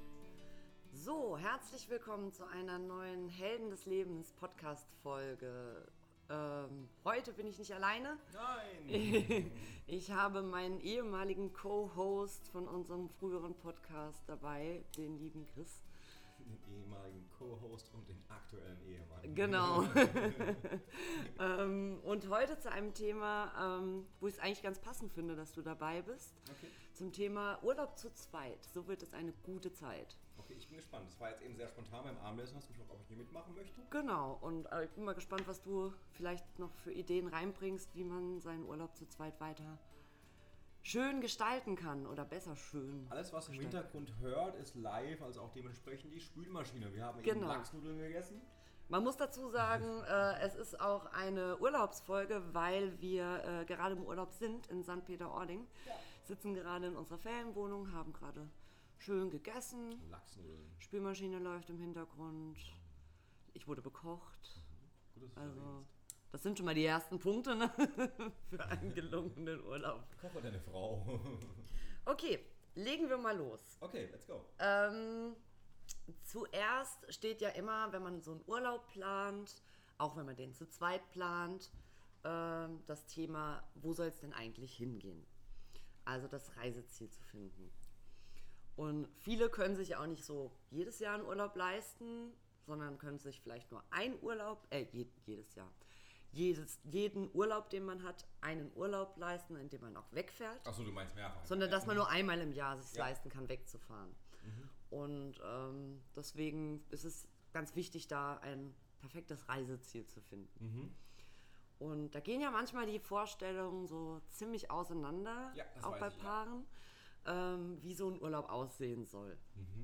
So, herzlich willkommen zu einer neuen Helden des Lebens Podcast-Folge. Heute bin ich nicht alleine. Nein! Ich habe meinen ehemaligen Co-Host von unserem früheren Podcast dabei, den lieben Chris. Den ehemaligen Co-Host und den aktuellen Ehemann. Genau. Und heute zu einem Thema, wo ich es eigentlich ganz passend finde, dass du dabei bist. Okay. Zum Thema Urlaub zu zweit. So wird es eine gute Zeit. Okay, ich bin gespannt. Das war jetzt eben sehr spontan beim Abendessen. Hast du mich gefragt, ob ich hier mitmachen möchte? Genau, und ich bin mal gespannt, was du vielleicht noch für Ideen reinbringst, wie man seinen Urlaub zu zweit weiter schön gestalten kann oder besser schön. Alles, was im Hintergrund hört, ist live, also auch dementsprechend die Spülmaschine. Wir haben eben Genau. Lachsnudeln gegessen. Man muss dazu sagen, es ist auch eine Urlaubsfolge, weil wir gerade im Urlaub sind in St. Peter-Ording. Ja. Sitzen gerade in unserer Ferienwohnung, haben gerade schön gegessen. Lachsnudeln. Spülmaschine läuft im Hintergrund. Ich wurde bekocht. Gut, dass du Also, erwähnst. das sind schon mal die ersten Punkte, ne? Für einen gelungenen Urlaub. Koch mal deine Frau. Okay, legen wir mal los. Okay, let's go. Zuerst steht ja immer, wenn man so einen Urlaub plant, auch wenn man den zu zweit plant, das Thema, wo soll es denn eigentlich hingehen? Also das Reiseziel zu finden. Und viele können sich auch nicht so jedes Jahr einen Urlaub leisten, sondern können sich vielleicht nur einen Urlaub, jedes Jahr, jeden Urlaub, den man hat, einen Urlaub leisten, in dem man auch wegfährt. Achso, du meinst mehrfach. Sondern dass man nur einmal im Jahr sich Ja. leisten kann, wegzufahren. Und deswegen ist es ganz wichtig, da ein perfektes Reiseziel zu finden. Und da gehen ja manchmal die Vorstellungen so ziemlich auseinander, Ja, das auch weiß bei ich, ja. Paaren, wie so ein Urlaub aussehen soll.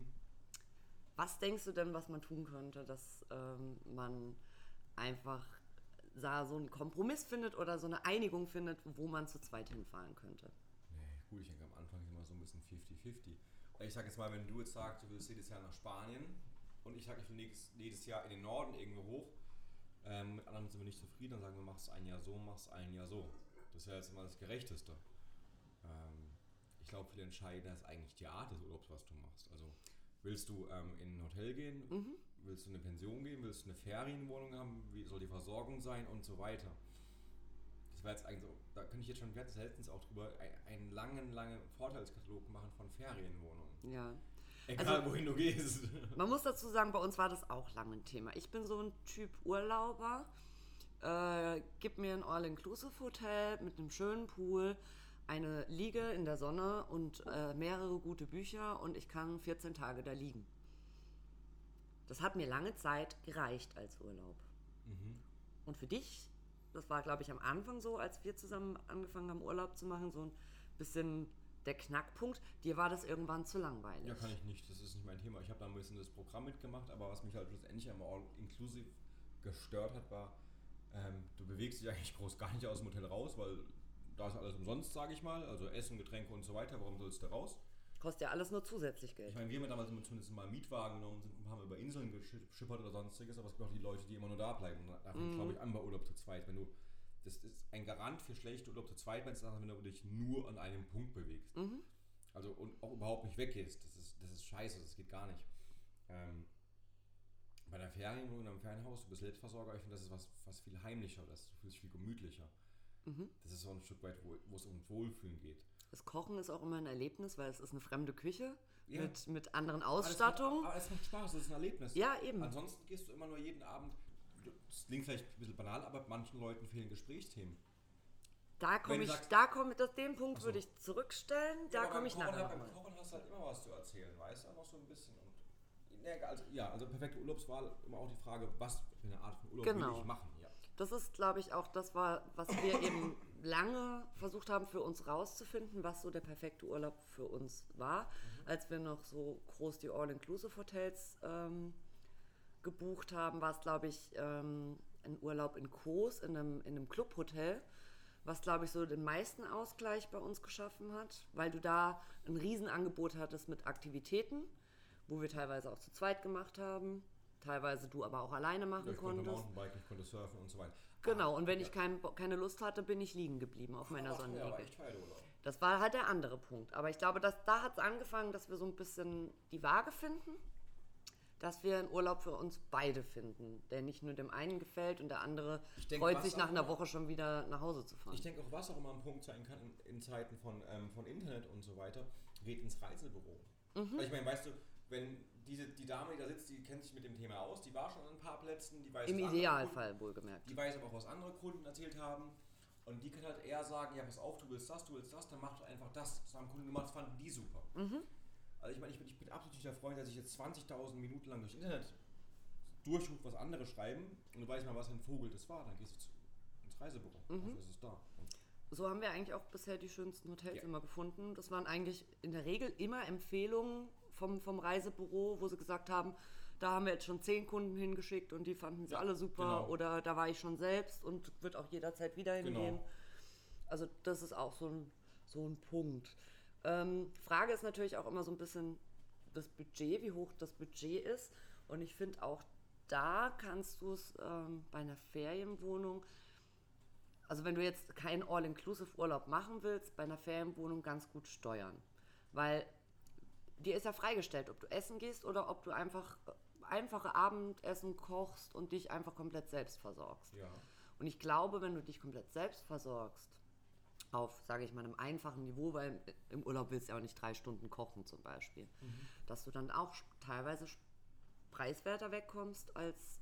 Was denkst du denn, was man tun könnte, dass man einfach so einen Kompromiss findet oder so eine Einigung findet, wo man zu zweit hinfahren könnte? Nee, gut, ich denke am Anfang ist immer so ein bisschen 50-50. Ich sag jetzt mal, wenn du jetzt sagst, du willst jedes Jahr nach Spanien und ich sage, ich will jedes Jahr in den Norden irgendwo hoch, mit anderen sind wir nicht zufrieden, dann sagen wir, machst ein Jahr so, machst ein Jahr so. Das wäre jetzt immer das Gerechteste. Ich glaube, viel entscheidender ist eigentlich die Art des Urlaubs, was du machst. Also willst du in ein Hotel gehen, willst du in eine Pension gehen, willst du eine Ferienwohnung haben, wie soll die Versorgung sein und so weiter. Das wäre jetzt eigentlich so, da könnte ich jetzt schon, wir hatten es letztens auch drüber, einen langen Vorteilskatalog machen von Ferienwohnungen. Ja. Egal, wohin du gehst. Man muss dazu sagen, bei uns war das auch lange ein Thema. Ich bin so ein Typ Urlauber. Gib mir ein All-Inclusive-Hotel mit einem schönen Pool, eine Liege in der Sonne und mehrere gute Bücher und ich kann 14 Tage da liegen. Das hat mir lange Zeit gereicht als Urlaub. Und für dich, das war, glaube ich, am Anfang so, als wir zusammen angefangen haben, Urlaub zu machen, so ein bisschen der Knackpunkt. Dir war das irgendwann zu langweilig. Ja, kann ich nicht, das ist nicht mein Thema. Ich habe da ein bisschen das Programm mitgemacht, aber was mich halt schlussendlich am All-Inclusive gestört hat, war, du bewegst dich eigentlich groß gar nicht aus dem Hotel raus, weil da ist alles umsonst, sage ich mal, also Essen, Getränke und so weiter, warum sollst du raus? Kostet ja alles nur zusätzlich Geld. Ich meine, wir haben damals zumindest mal einen Mietwagen genommen, haben über Inseln geschippert oder sonstiges, aber es gibt auch die Leute, die immer nur da bleiben. Und da fängt, glaube ich, an bei Urlaub zu zweit. Das ist ein Garant für schlechte Urlaub zu zweit, wenn du dich nur an einem Punkt bewegst. Also und auch überhaupt nicht weggehst. Das ist scheiße, das geht gar nicht. Bei einer Ferienwohnung in einem Ferienhaus, du bist Selbstversorger, ich finde, das ist was viel heimlicher, du fühlst dich viel gemütlicher. Das ist so ein Stück weit, wo es um Wohlfühlen geht. Das Kochen ist auch immer ein Erlebnis, weil es ist eine fremde Küche Ja. mit anderen Ausstattungen. Aber es macht Spaß, es ist ein Erlebnis. Ja, eben. Ansonsten gehst du immer nur jeden Abend, das klingt vielleicht ein bisschen banal, aber manchen Leuten fehlen Gesprächsthemen. Den Punkt würde ich zurückstellen, da komme ich nachher Beim nochmal. Kochen hast du halt immer was zu erzählen, weißt du, einfach so ein bisschen. Also perfekte Urlaubswahl, immer auch die Frage, was für eine Art von Urlaub will ich machen. Ja. Das ist, glaube ich, auch das war, was wir eben lange versucht haben für uns rauszufinden, was so der perfekte Urlaub für uns war, als wir noch so groß die All-Inclusive-Hotels gebucht haben, war es, glaube ich, ein Urlaub in Kos, in einem Clubhotel, was, glaube ich, so den meisten Ausgleich bei uns geschaffen hat, weil du da ein Riesenangebot hattest mit Aktivitäten, wo wir teilweise auch zu zweit gemacht haben, teilweise du aber auch alleine machen Ich konnte konntest. Mountainbiken, ich konnte surfen und so weiter. Genau, und wenn ich keine Lust hatte, bin ich liegen geblieben auf meiner Ja, Sonnenliege. war echt teuer, Urlaub. Das war halt der andere Punkt. Aber ich glaube, da hat es angefangen, dass wir so ein bisschen die Waage finden, dass wir einen Urlaub für uns beide finden, der nicht nur dem einen gefällt und der andere freut sich nach einer Woche schon wieder nach Hause zu fahren. Ich denke auch, was auch immer ein Punkt sein kann in Zeiten von Internet und so weiter, geht ins Reisebüro. Also ich meine, weißt du, wenn die Dame, die da sitzt, die kennt sich mit dem Thema aus, die war schon an ein paar Plätzen, die weiß, im Idealfall wohlgemerkt. Die weiß aber auch, was andere Kunden erzählt haben. Und die kann halt eher sagen, ja, pass auf, du willst das, dann mach doch einfach das. Das haben Kunden gemacht, das fanden die super. Also ich meine, ich bin absolut nicht der Freund, dass ich jetzt 20.000 Minuten lang durch Internet durchrufe, was andere schreiben und du weißt mal, was für ein Vogel das war, dann gehst du ins Reisebüro. Dafür ist es da. So haben wir eigentlich auch bisher die schönsten Hotels immer gefunden. Das waren eigentlich in der Regel immer Empfehlungen vom Reisebüro, wo sie gesagt haben, da haben wir jetzt schon 10 Kunden hingeschickt und die fanden sie alle super. Genau. Oder da war ich schon selbst und wird auch jederzeit wieder hingehen. Genau. Also das ist auch so ein Punkt. Frage ist natürlich auch immer so ein bisschen das Budget, wie hoch das Budget ist. Und ich finde auch da kannst du es bei einer Ferienwohnung, also wenn du jetzt keinen All-Inclusive-Urlaub machen willst, bei einer Ferienwohnung ganz gut steuern. Weil dir ist ja freigestellt, ob du essen gehst oder ob du einfache Abendessen kochst und dich einfach komplett selbst versorgst. Ja. Und ich glaube, wenn du dich komplett selbst versorgst, auf, sage ich mal, einem einfachen Niveau, weil im Urlaub willst du ja auch nicht 3 Stunden kochen zum Beispiel, dass du dann auch teilweise preiswerter wegkommst als...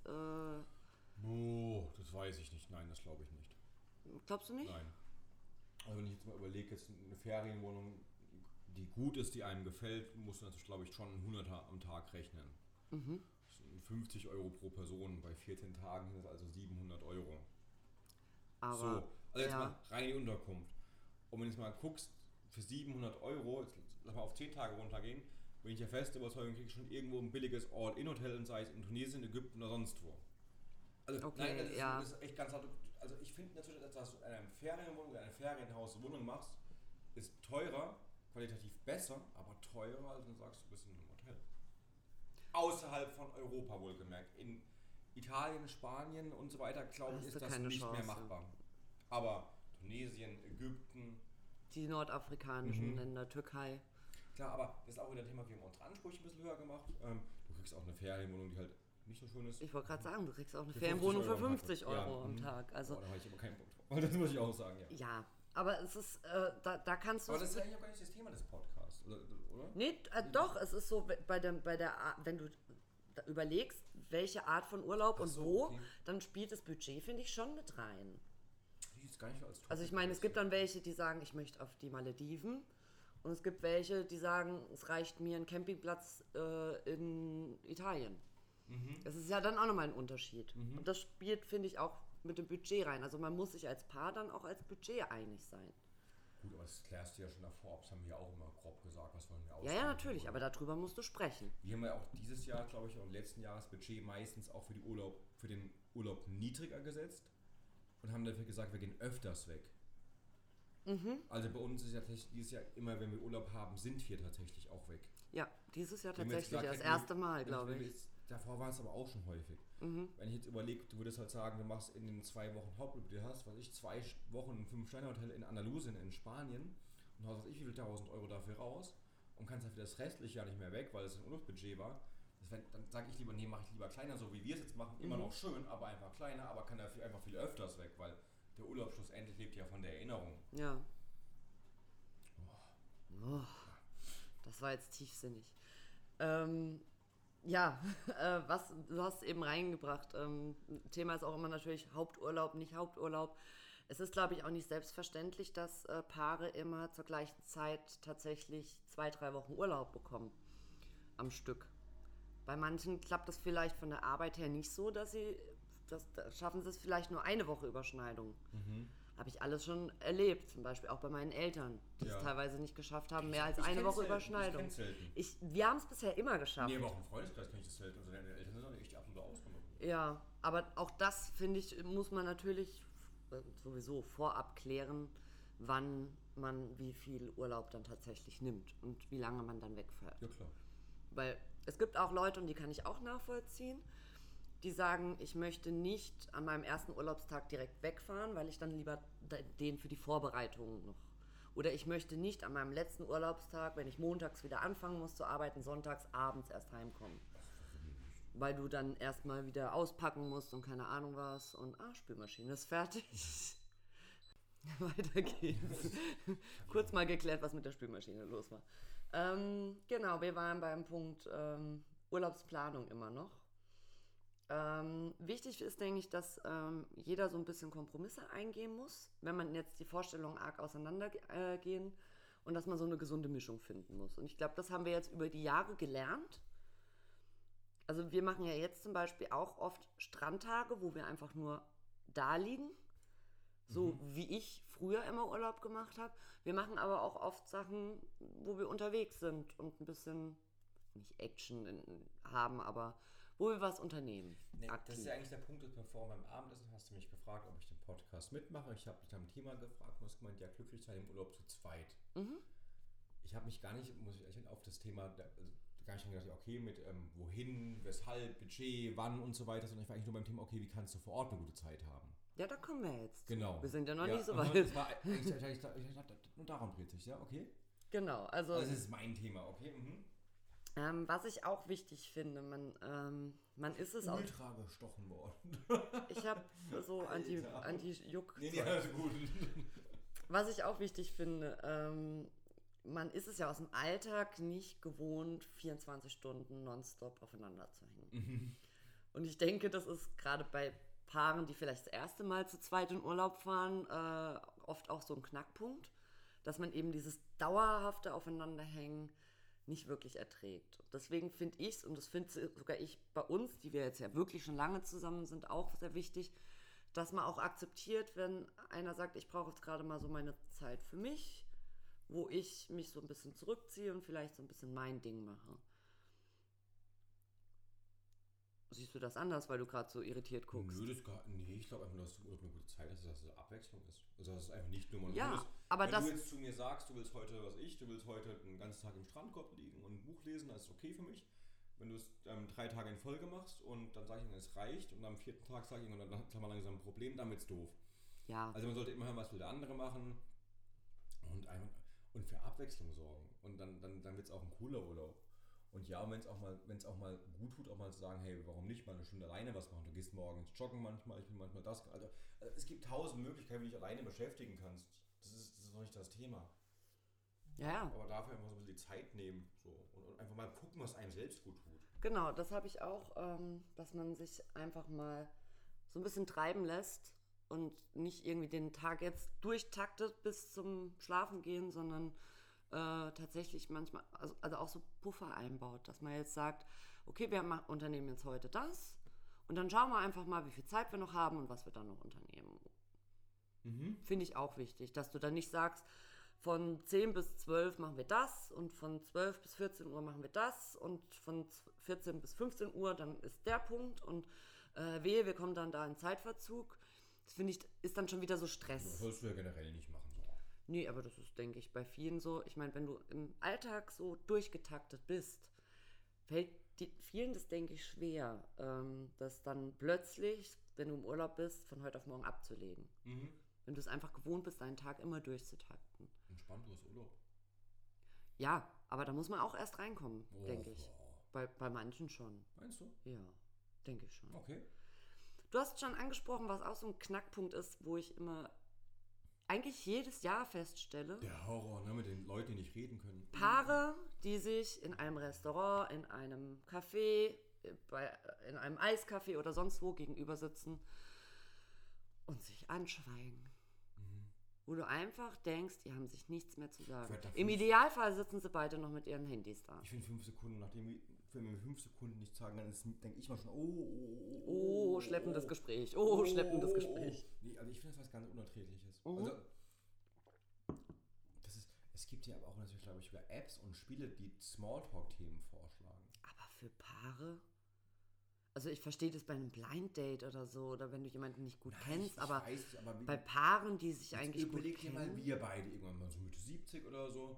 das weiß ich nicht. Nein, das glaube ich nicht. Glaubst du nicht? Nein. Also wenn ich jetzt mal überlege, jetzt eine Ferienwohnung, die gut ist, die einem gefällt, musst du natürlich, glaube ich, schon 100er am Tag rechnen. Das sind 50 Euro pro Person, bei 14 Tagen sind das also 700 Euro. Aber, so, also jetzt mal rein in die Unterkunft. Und wenn du jetzt mal guckst, für 700 Euro, jetzt lass mal auf 10 Tage runtergehen, bin ich ja fest überzeugt, kriege ich schon irgendwo ein billiges All-In-Hotel, und sei es in Tunesien, Ägypten oder sonst wo. Also okay, nein, das ist echt ganz hart. Also ich finde natürlich, dass du in einer Ferienwohnung, in einem Ferienhaus Wohnung machst, ist teurer, qualitativ besser, aber teurer, als wenn du sagst, du bist in einem Hotel. Außerhalb von Europa wohlgemerkt. In Italien, Spanien und so weiter, glaube ich, ist das nicht mehr machbar. Aber Tunesien, Ägypten... Die nordafrikanischen Länder, Türkei. Klar, aber das ist auch wieder ein Thema, wir haben unsere Ansprüche ein bisschen höher gemacht. Du kriegst auch eine Ferienwohnung, die halt nicht so schön ist. Ich wollte gerade sagen, du kriegst auch eine Ferienwohnung für 50 Euro am Tag. Also, da habe ich aber keinen Punkt drauf. Das muss ich auch sagen, ja. Ja, aber es ist, da kannst du... Aber das ist eigentlich auch gar nicht das Thema des Podcasts, oder? Nee, doch, es ist so, wenn du überlegst, welche Art von Urlaub und wo, okay, dann spielt das Budget, finde ich, schon mit rein. Die ist gar nicht so als also ich meine, es gibt dann welche, die sagen, ich möchte auf die Malediven. Und es gibt welche, die sagen, es reicht mir ein Campingplatz in Italien. Das ist ja dann auch nochmal ein Unterschied. Und das spielt, finde ich, auch mit dem Budget rein. Also man muss sich als Paar dann auch als Budget einig sein. Gut, aber das klärst du ja schon davor, das haben wir auch immer grob gesagt, was wollen wir ausgeben. Ja, natürlich, aber darüber musst du sprechen. Wir haben ja auch dieses Jahr, glaube ich, und letzten Jahr das Budget meistens auch für den Urlaub niedriger gesetzt und haben dafür gesagt, wir gehen öfters weg. Also bei uns ist ja dieses Jahr immer, wenn wir Urlaub haben, sind wir tatsächlich auch weg. Ja, dieses Jahr tatsächlich das erste Mal, glaube ich. Davor war es aber auch schon häufig. Wenn ich jetzt überlege, du würdest halt sagen, du machst in den 2 Wochen Haupturlaub, du hast, 2 Wochen ein 5-Sterne-Hotel in Andalusien in Spanien und hast wie viel 1.000 Euro dafür raus und kannst dafür das restliche Jahr nicht mehr weg, weil es ein Urlaubsbudget war. Dann sage ich lieber, nee, mache ich lieber kleiner, so wie wir es jetzt machen, immer noch schön, aber einfach kleiner, aber kann dafür einfach viel öfters weg, weil der Urlaub schlussendlich lebt ja von der Erinnerung. Ja. Oh, das war jetzt tiefsinnig. Ja, du hast eben reingebracht. Thema ist auch immer natürlich Haupturlaub, nicht Haupturlaub. Es ist, glaube ich, auch nicht selbstverständlich, dass Paare immer zur gleichen Zeit tatsächlich 2-3 Wochen Urlaub bekommen am Stück. Bei manchen klappt das vielleicht von der Arbeit her nicht so, da schaffen sie es vielleicht nur 1 Woche Überschneidung. Habe ich alles schon erlebt, zum Beispiel auch bei meinen Eltern, die es teilweise nicht geschafft haben, mehr als 1 Woche Überschneidung. Wir haben es bisher immer geschafft. Nee, aber auch im Freundeskreis kann ich das selten. Also deine Eltern sind auch echt absolut ausgenommen. Ja, aber auch das, finde ich, muss man natürlich sowieso vorab klären, wann man wie viel Urlaub dann tatsächlich nimmt und wie lange man dann wegfährt. Ja, klar. Weil es gibt auch Leute, und die kann ich auch nachvollziehen, die sagen, ich möchte nicht an meinem ersten Urlaubstag direkt wegfahren, weil ich dann lieber den für die Vorbereitungen noch. Oder ich möchte nicht an meinem letzten Urlaubstag, wenn ich montags wieder anfangen muss zu arbeiten, sonntags abends erst heimkommen. Weil du dann erstmal wieder auspacken musst und keine Ahnung was. Und Spülmaschine ist fertig. Weiter geht's. Kurz mal geklärt, was mit der Spülmaschine los war. Genau, wir waren beim Punkt Urlaubsplanung immer noch. Wichtig ist, denke ich, dass jeder so ein bisschen Kompromisse eingehen muss, wenn man jetzt die Vorstellungen arg auseinandergehen und dass man so eine gesunde Mischung finden muss. Und ich glaube, das haben wir jetzt über die Jahre gelernt. Also wir machen ja jetzt zum Beispiel auch oft Strandtage, wo wir einfach nur da liegen. So wie ich früher immer Urlaub gemacht habe. Wir machen aber auch oft Sachen, wo wir unterwegs sind und ein bisschen, nicht Action haben, aber wo wir was unternehmen. Nee, das ist ja eigentlich der Punkt, dass bevor beim Abendessen hast du mich gefragt, ob ich den Podcast mitmache. Ich habe dich nach dem Thema gefragt und hast gemeint, ja, glücklich sein im Urlaub zu zweit. Ich habe mich gar nicht, muss ich ehrlich auf das Thema, gar nicht gedacht, okay, mit wohin, weshalb, Budget, wann und so weiter, sondern ich war eigentlich nur beim Thema, okay, wie kannst du vor Ort eine gute Zeit haben? Ja, da kommen wir jetzt. Genau. Wir sind ja noch nicht so weit. Das war eigentlich, nur darum dreht sich, ja, okay? Genau, also das ist mein Thema, okay? Was ich auch wichtig finde, man ist es auch. Ultra gestochen worden. Ich habe so Anti-Juck. Nee, alles gut. Was ich auch wichtig finde, man ist es ja aus dem Alltag nicht gewohnt, 24 Stunden nonstop aufeinander zu hängen. Und ich denke, das ist gerade bei Paaren, die vielleicht das erste Mal zu zweit in Urlaub fahren, oft auch so ein Knackpunkt, dass man eben dieses dauerhafte Aufeinanderhängen nicht wirklich erträgt. Deswegen finde ich es, und das finde sogar ich bei uns, die wir jetzt ja wirklich schon lange zusammen sind, auch sehr wichtig, dass man auch akzeptiert, wenn einer sagt, ich brauche jetzt gerade mal so meine Zeit für mich, wo ich mich so ein bisschen zurückziehe und vielleicht so ein bisschen mein Ding mache. Siehst du das anders, weil du gerade so irritiert guckst? Nö, ich glaube einfach, dass du eine gute Zeit hast, dass es so Abwechslung ist. Also dass es einfach nicht nur monoton ja, ist. aber wenn das, du jetzt zu mir sagst, du willst heute, du willst heute den ganzen Tag im Strandkorb liegen und ein Buch lesen, das ist okay für mich. Wenn du es 3 Tage in Folge machst und dann sage ich, es reicht und am 4. Tag sage ich, und dann haben wir langsam ein Problem, dann wird's doof. Ja. Also man sollte immer hören, was will der andere machen und für Abwechslung sorgen. Und dann wird es auch ein cooler Urlaub. Und ja, wenn es auch mal gut tut, auch mal zu sagen, hey, warum nicht mal eine Stunde alleine was machen? Du gehst morgens joggen manchmal, ich bin manchmal das. Also es gibt 1000 Möglichkeiten, wie du dich alleine beschäftigen kannst. Das ist noch nicht das Thema. Ja. Aber dafür einfach so ein bisschen die Zeit nehmen und einfach mal gucken, was einem selbst gut tut. Genau, das habe ich auch, dass man sich einfach mal so ein bisschen treiben lässt und nicht irgendwie den Tag jetzt durchtaktet bis zum Schlafengehen, sondern tatsächlich manchmal, also auch so Puffer einbaut, dass man jetzt sagt, okay, wir unternehmen jetzt heute das und dann schauen wir einfach mal, wie viel Zeit wir noch haben und was wir dann noch unternehmen. Finde ich auch wichtig, dass du dann nicht sagst, von 10 bis 12 machen wir das und von 12 bis 14 Uhr machen wir das und von 14 bis 15 Uhr dann ist der Punkt und wir kommen dann da in Zeitverzug. Das finde ich, ist dann schon wieder so Stress. Das sollst du ja generell nicht machen. So. Nee, aber das ist, denke ich, bei vielen so. Ich meine, wenn du im Alltag so durchgetaktet bist, fällt vielen das, denke ich, schwer, das dann plötzlich, wenn du im Urlaub bist, von heute auf morgen abzulegen. Wenn du es einfach gewohnt bist, deinen Tag immer durchzutakten. Entspannt, du hast Urlaub. Ja, aber da muss man auch erst reinkommen, denke ich. Bei manchen schon. Meinst du? Ja, denke ich schon. Okay. Du hast schon angesprochen, was auch so ein Knackpunkt ist, wo ich immer eigentlich jedes Jahr feststelle. Der Horror, ne, mit den Leuten, die nicht reden können. Paare, die sich in einem Restaurant, in einem Café, in einem Eiscafé oder sonst wo gegenüber sitzen und sich anschweigen. Wo du einfach denkst, die haben sich nichts mehr zu sagen. Im Idealfall sitzen sie beide noch mit ihren Handys da. Ich finde 5 Sekunden, wenn wir 5 Sekunden nichts sagen, dann denke ich mal schon, schleppendes Gespräch. Schleppendes Gespräch. Nee, also ich finde das was ganz Unerträgliches. Also, es gibt ja aber auch natürlich, glaube ich, über Apps und Spiele, die Smalltalk-Themen vorschlagen. Aber für Paare? Also ich verstehe das bei einem Blind Date oder so, oder wenn du jemanden nicht gut kennst, aber bei Paaren, die sich eigentlich gut kennen. Überleg dir mal, wir beide irgendwann mal so Mitte 70 oder so.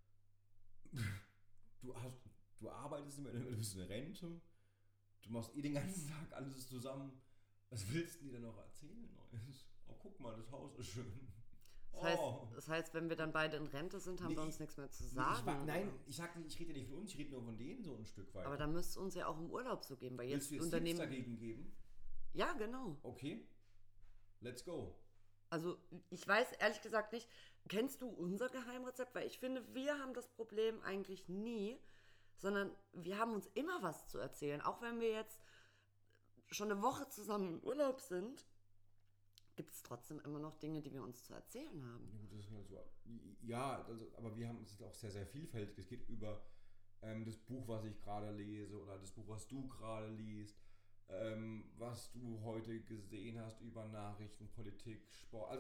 Du arbeitest immer, du bist in Rente, du machst den ganzen Tag alles zusammen. Was willst du dir denn noch erzählen Neues? Oh, guck mal, das Haus ist schön. Das heißt, wenn wir dann beide in Rente sind, haben wir uns nichts mehr zu sagen. Ich rede ja nicht von uns, ich rede nur von denen so ein Stück weit. Aber dann müsste es uns ja auch im Urlaub so geben, weil jetzt Willst du jetzt Tipps dagegen geben? Ja, genau. Okay, let's go. Also ich weiß ehrlich gesagt nicht, kennst du unser Geheimrezept? Weil ich finde, wir haben das Problem eigentlich nie, sondern wir haben uns immer was zu erzählen. Auch wenn wir jetzt schon eine Woche zusammen im Urlaub sind, gibt es trotzdem immer noch Dinge, die wir uns zu erzählen haben. Aber wir haben es auch sehr, sehr vielfältig. Es geht über das Buch, was ich gerade lese oder das Buch, was du gerade liest, was du heute gesehen hast über Nachrichten, Politik, Sport.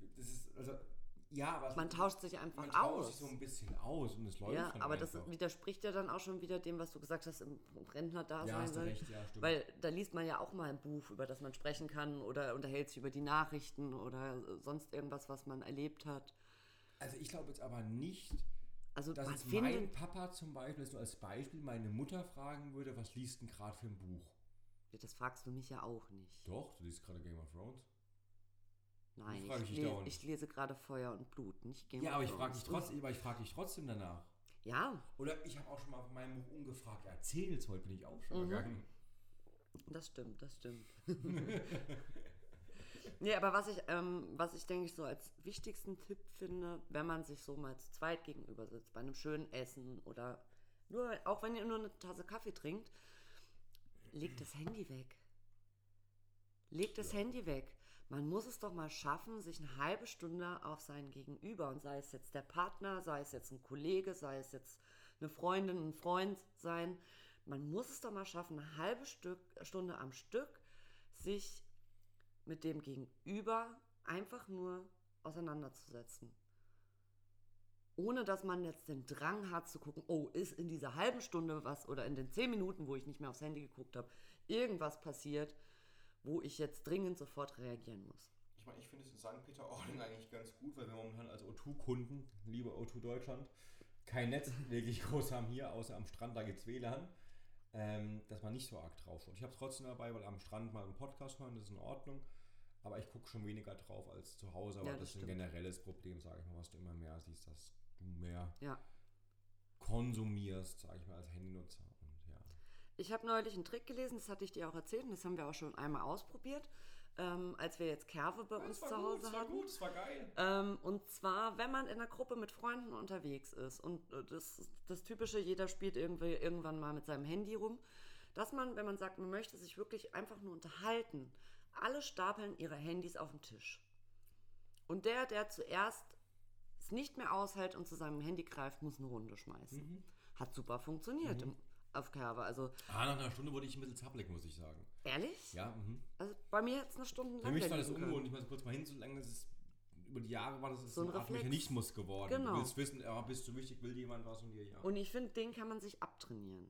Man tauscht sich einfach aus. Man tauscht sich so ein bisschen aus und es läuft dann aber einfach. Das widerspricht ja dann auch schon wieder dem, was du gesagt hast, im Rentnerdasein. Ja, hast du recht, ja, stimmt. Weil da liest man ja auch mal ein Buch, über das man sprechen kann oder unterhält sich über die Nachrichten oder sonst irgendwas, was man erlebt hat. Also ich glaube jetzt aber nicht, dass jetzt mein Papa zum Beispiel, nur als Beispiel, meine Mutter fragen würde, was liest denn gerade für ein Buch? Ja, das fragst du mich ja auch nicht. Doch, du liest gerade Game of Thrones. Nein, ich lese gerade Feuer und Blut, nicht Game of Thrones. Ja, aber ich frage dich trotzdem danach. Ja. Oder ich habe auch schon mal von meinem Buch ungefragt erzählt, heute bin ich auch schon gegangen. Das stimmt. Nee, aber was ich denke ich so als wichtigsten Tipp finde, wenn man sich so mal zu zweit gegenüber sitzt, bei einem schönen Essen oder auch wenn ihr nur eine Tasse Kaffee trinkt, legt das Handy weg. Handy weg. Man muss es doch mal schaffen, sich eine halbe Stunde auf sein Gegenüber, und sei es jetzt der Partner, sei es jetzt ein Kollege, sei es jetzt eine Freundin, ein Freund sein, man muss es doch mal schaffen, eine halbe Stunde am Stück sich mit dem Gegenüber einfach nur auseinanderzusetzen. Ohne dass man jetzt den Drang hat zu gucken, oh, ist in dieser halben Stunde was oder in den 10 Minuten, wo ich nicht mehr aufs Handy geguckt habe, irgendwas passiert, wo ich jetzt dringend sofort reagieren muss. Ich meine, ich finde es in St. Peter-Ording eigentlich ganz gut, weil wir momentan als O2-Kunden, liebe O2 Deutschland, kein Netz wirklich groß haben hier, außer am Strand, da gibt es WLAN, dass man nicht so arg drauf schaut. Ich habe es trotzdem dabei, weil am Strand mal einen Podcast hören, das ist in Ordnung, aber ich gucke schon weniger drauf als zu Hause, aber das ist ein generelles Problem, sage ich mal, was du immer mehr siehst, dass du mehr konsumierst, sage ich mal, als Handynutzer. Ich habe neulich einen Trick gelesen, das hatte ich dir auch erzählt und das haben wir auch schon einmal ausprobiert, als wir jetzt Kerwe bei uns zu Hause hatten. Das war geil. Und zwar, wenn man in einer Gruppe mit Freunden unterwegs ist und das Typische, jeder spielt irgendwann mal mit seinem Handy rum, dass man, wenn man sagt, man möchte sich wirklich einfach nur unterhalten, alle stapeln ihre Handys auf den Tisch. Und der zuerst es nicht mehr aushält und zu seinem Handy greift, muss eine Runde schmeißen. Hat super funktioniert. Auf Kerwe. Also, nach einer Stunde wurde ich ein bisschen zappelig, muss ich sagen. Ehrlich? Ja. Also bei mir hat es eine Stunde lang. Für mich war das ungewohnt, ich mal kurz mal hinzulangen, über die Jahre war das so ein Art Mechanismus geworden. Genau. Du willst wissen, bist du wichtig, will jemand was von dir? Ja. Und ich finde, den kann man sich abtrainieren.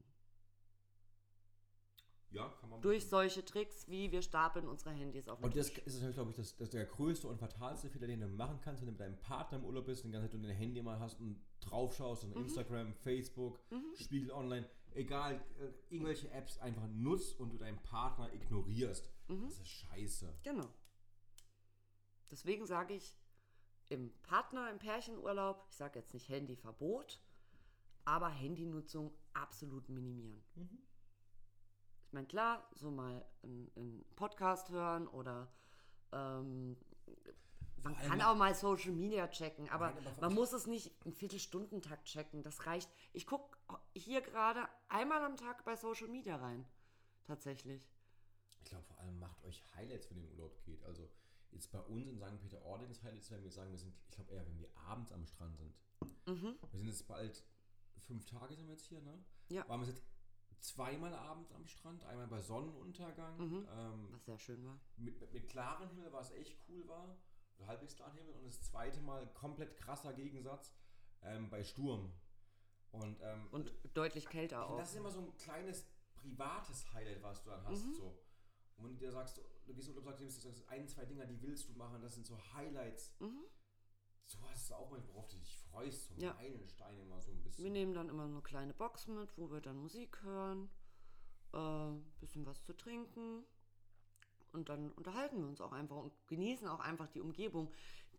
Ja, kann man. Durch solche Tricks, wie wir stapeln unsere Handys auf den Und das Tisch. ist natürlich, glaube ich, das der größte und fatalste Fehler, den du machen kannst, wenn du mit deinem Partner im Urlaub bist und die ganze Zeit du dein Handy mal hast und drauf schaust und Instagram, Facebook, Spiegel Online, egal, irgendwelche Apps einfach nutzt und du deinen Partner ignorierst. Das ist scheiße. Genau. Deswegen sage ich, im Pärchenurlaub, ich sage jetzt nicht Handyverbot, aber Handynutzung absolut minimieren. Ich meine, klar, so mal einen Podcast hören oder man kann auch mal Social Media checken, aber man muss es nicht im Viertelstundentakt checken. Das reicht. Ich gucke hier gerade einmal am Tag bei Social Media rein. Tatsächlich. Ich glaube, vor allem macht euch Highlights, wenn ihr in den Urlaub geht. Also jetzt bei uns in St. Peter-Ording Highlights, wenn wir sagen, wir sind, ich glaube eher, wenn wir abends am Strand sind. Wir sind jetzt bald 5 Tage sind wir jetzt hier, ne? Ja. Waren wir jetzt zweimal abends am Strand, einmal bei Sonnenuntergang. Was sehr schön war. Mit klarem Himmel, was echt cool war. Oder halbwegs klaren Himmel. Und das zweite Mal komplett krasser Gegensatz bei Sturm. Und deutlich kälter auch. Das ist immer so ein kleines privates Highlight, was du dann hast. So. Und wenn du dir sagst, du gehst und sagst, das sind 1, 2 Dinger, die willst du machen, das sind so Highlights. So hast du auch mal, worauf du dich freust, so Meilensteine immer so ein bisschen. Wir nehmen dann immer eine kleine Box mit, wo wir dann Musik hören, bisschen was zu trinken und dann unterhalten wir uns auch einfach und genießen auch einfach die Umgebung.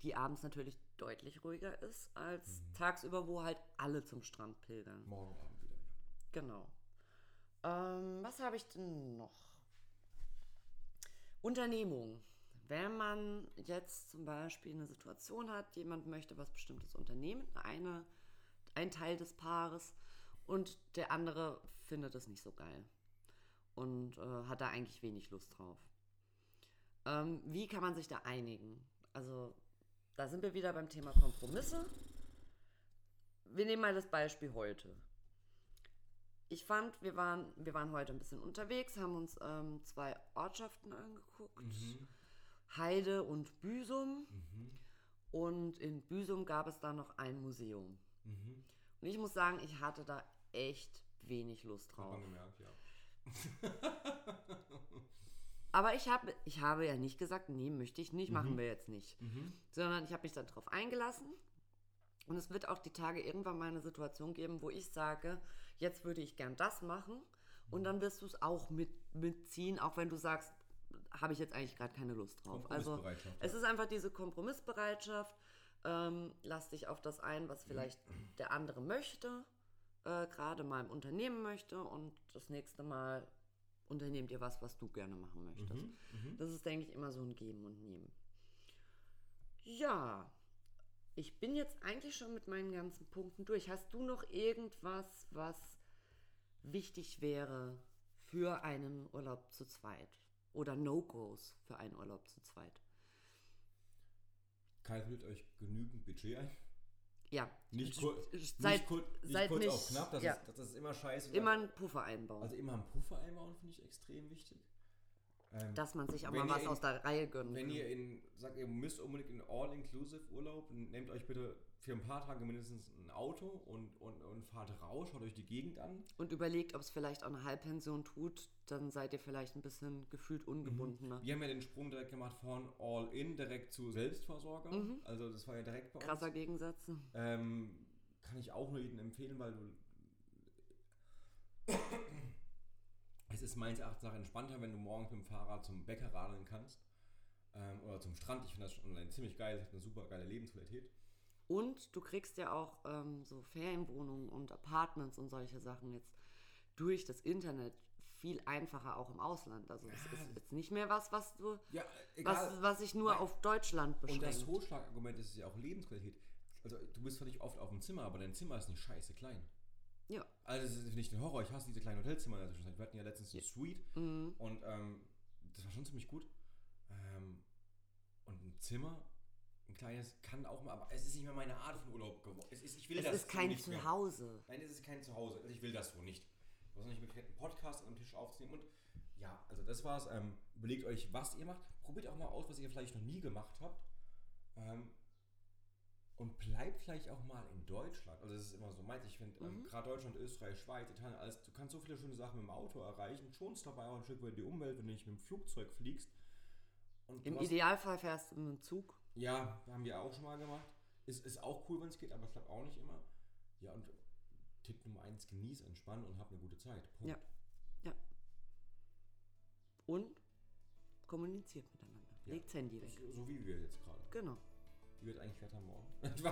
die abends natürlich deutlich ruhiger ist als tagsüber, wo halt alle zum Strand pilgern. Morgen Abend wieder, ja. Genau. Was habe ich denn noch? Unternehmung. Wenn man jetzt zum Beispiel eine Situation hat, jemand möchte was Bestimmtes unternehmen, ein Teil des Paares, und der andere findet es nicht so geil und hat da eigentlich wenig Lust drauf. Wie kann man sich da einigen? Also da sind wir wieder beim Thema Kompromisse. Wir nehmen mal das Beispiel heute. Ich fand, wir waren heute ein bisschen unterwegs, haben uns 2 Ortschaften angeguckt. Heide und Büsum. Und in Büsum gab es da noch ein Museum. Und ich muss sagen, ich hatte da echt wenig Lust drauf. Hat man gemerkt, ja. Aber ich habe ja nicht gesagt, nee, möchte ich nicht, machen wir jetzt nicht. Sondern ich habe mich dann drauf eingelassen. Und es wird auch die Tage irgendwann mal eine Situation geben, wo ich sage, jetzt würde ich gern das machen. Und dann wirst du es auch mitziehen, auch wenn du sagst, habe ich jetzt eigentlich gerade keine Lust drauf. Also es ist einfach diese Kompromissbereitschaft. Lass dich auf das ein, was vielleicht der andere möchte, gerade mal im Unternehmen möchte, und das nächste Mal unternehmt ihr was du gerne machen möchtest. Das ist, denke ich, immer so ein Geben und Nehmen. Ja, ich bin jetzt eigentlich schon mit meinen ganzen Punkten durch. Hast du noch irgendwas, was wichtig wäre für einen Urlaub zu zweit? Oder No-Gos für einen Urlaub zu zweit? Kalkuliert euch genügend Budget ein. Ja. Nicht Seid kurz nicht, auf knapp, das ist immer scheiße. Immer einen Puffer einbauen. Also immer einen Puffer einbauen, finde ich extrem wichtig. Dass man sich auch mal was aus der Reihe gönnt. Wenn ihr ihr müsst unbedingt in All-Inclusive-Urlaub, nehmt euch bitte für ein paar Tage mindestens ein Auto und fahrt raus, schaut euch die Gegend an. Und überlegt, ob es vielleicht auch eine Halbpension tut, dann seid ihr vielleicht ein bisschen gefühlt ungebundener. Wir haben ja den Sprung direkt gemacht von All-In direkt zu Selbstversorger. Also das war ja direkt bei uns. Krasser Gegensatz. Kann ich auch nur jedem empfehlen, weil es ist meines Erachtens entspannter, wenn du morgens mit dem Fahrrad zum Bäcker radeln kannst oder zum Strand. Ich finde das schon online ziemlich geil, es hat eine super geile Lebensqualität. Und du kriegst ja auch so Ferienwohnungen und Apartments und solche Sachen jetzt durch das Internet viel einfacher auch im Ausland. Also es ist jetzt nicht mehr was sich nur auf Deutschland beschränkt. Und das Totschlagargument ist ja auch Lebensqualität. Also du bist völlig oft auf dem Zimmer, aber dein Zimmer ist nicht scheiße klein. Ja. Also das ist nicht ein Horror, ich hasse diese kleinen Hotelzimmer in der Zwischenzeit. Wir hatten ja letztens eine Suite und das war schon ziemlich gut. Und ein Zimmer, ein kleines, kann auch mal, aber es ist nicht mehr meine Art von Urlaub geworden. Es ist kein Zuhause. Nein, es ist kein Zuhause. Also ich will das so nicht. Ich weiß nicht, mit einen Podcast am Tisch aufzunehmen. Und ja, also das war's. Überlegt euch, was ihr macht. Probiert auch mal aus, was ihr vielleicht noch nie gemacht habt. Und bleibt vielleicht auch mal in Deutschland. Also das ist immer so meins. Ich finde, gerade Deutschland, Österreich, Schweiz, Italien, alles, du kannst so viele schöne Sachen mit dem Auto erreichen. Schonst dabei auch ein Stück weit die Umwelt, wenn du nicht mit dem Flugzeug fliegst. Und im Idealfall fährst du mit dem Zug. Ja, haben wir auch schon mal gemacht. Ist auch cool, wenn es geht, aber ich glaube auch nicht immer. Ja, und Tipp Nummer 1, genieß, entspann und hab eine gute Zeit. Punkt. Ja. Und kommuniziert miteinander. Ja. Legt das Handy weg. So wie wir jetzt gerade. Genau. Wie wird eigentlich Wetter morgen?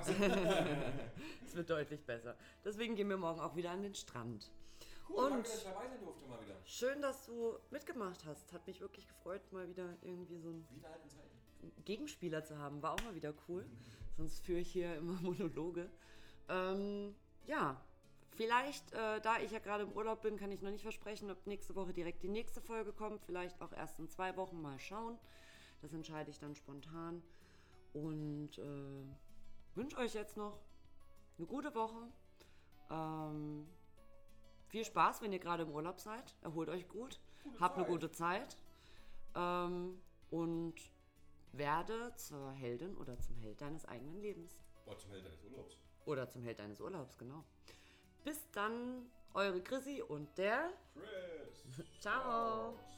Es wird deutlich besser. Deswegen gehen wir morgen auch wieder an den Strand. Cool, danke, dass ich dabei sein durfte mal wieder. Schön, dass du mitgemacht hast. Hat mich wirklich gefreut, mal wieder irgendwie so einen Gegenspieler zu haben. War auch mal wieder cool. Sonst führe ich hier immer Monologe. Ja, vielleicht, da ich ja gerade im Urlaub bin, kann ich noch nicht versprechen, ob nächste Woche direkt die nächste Folge kommt. Vielleicht auch erst in 2 Wochen, mal schauen. Das entscheide ich dann spontan. Und wünsche euch jetzt noch eine gute Woche. Viel Spaß, wenn ihr gerade im Urlaub seid. Erholt euch gut. Habt eine gute Zeit. Und werde zur Heldin oder zum Held deines eigenen Lebens. Oder zum Held deines Urlaubs. Oder zum Held deines Urlaubs, genau. Bis dann, eure Chrissy und der Chris. Ciao.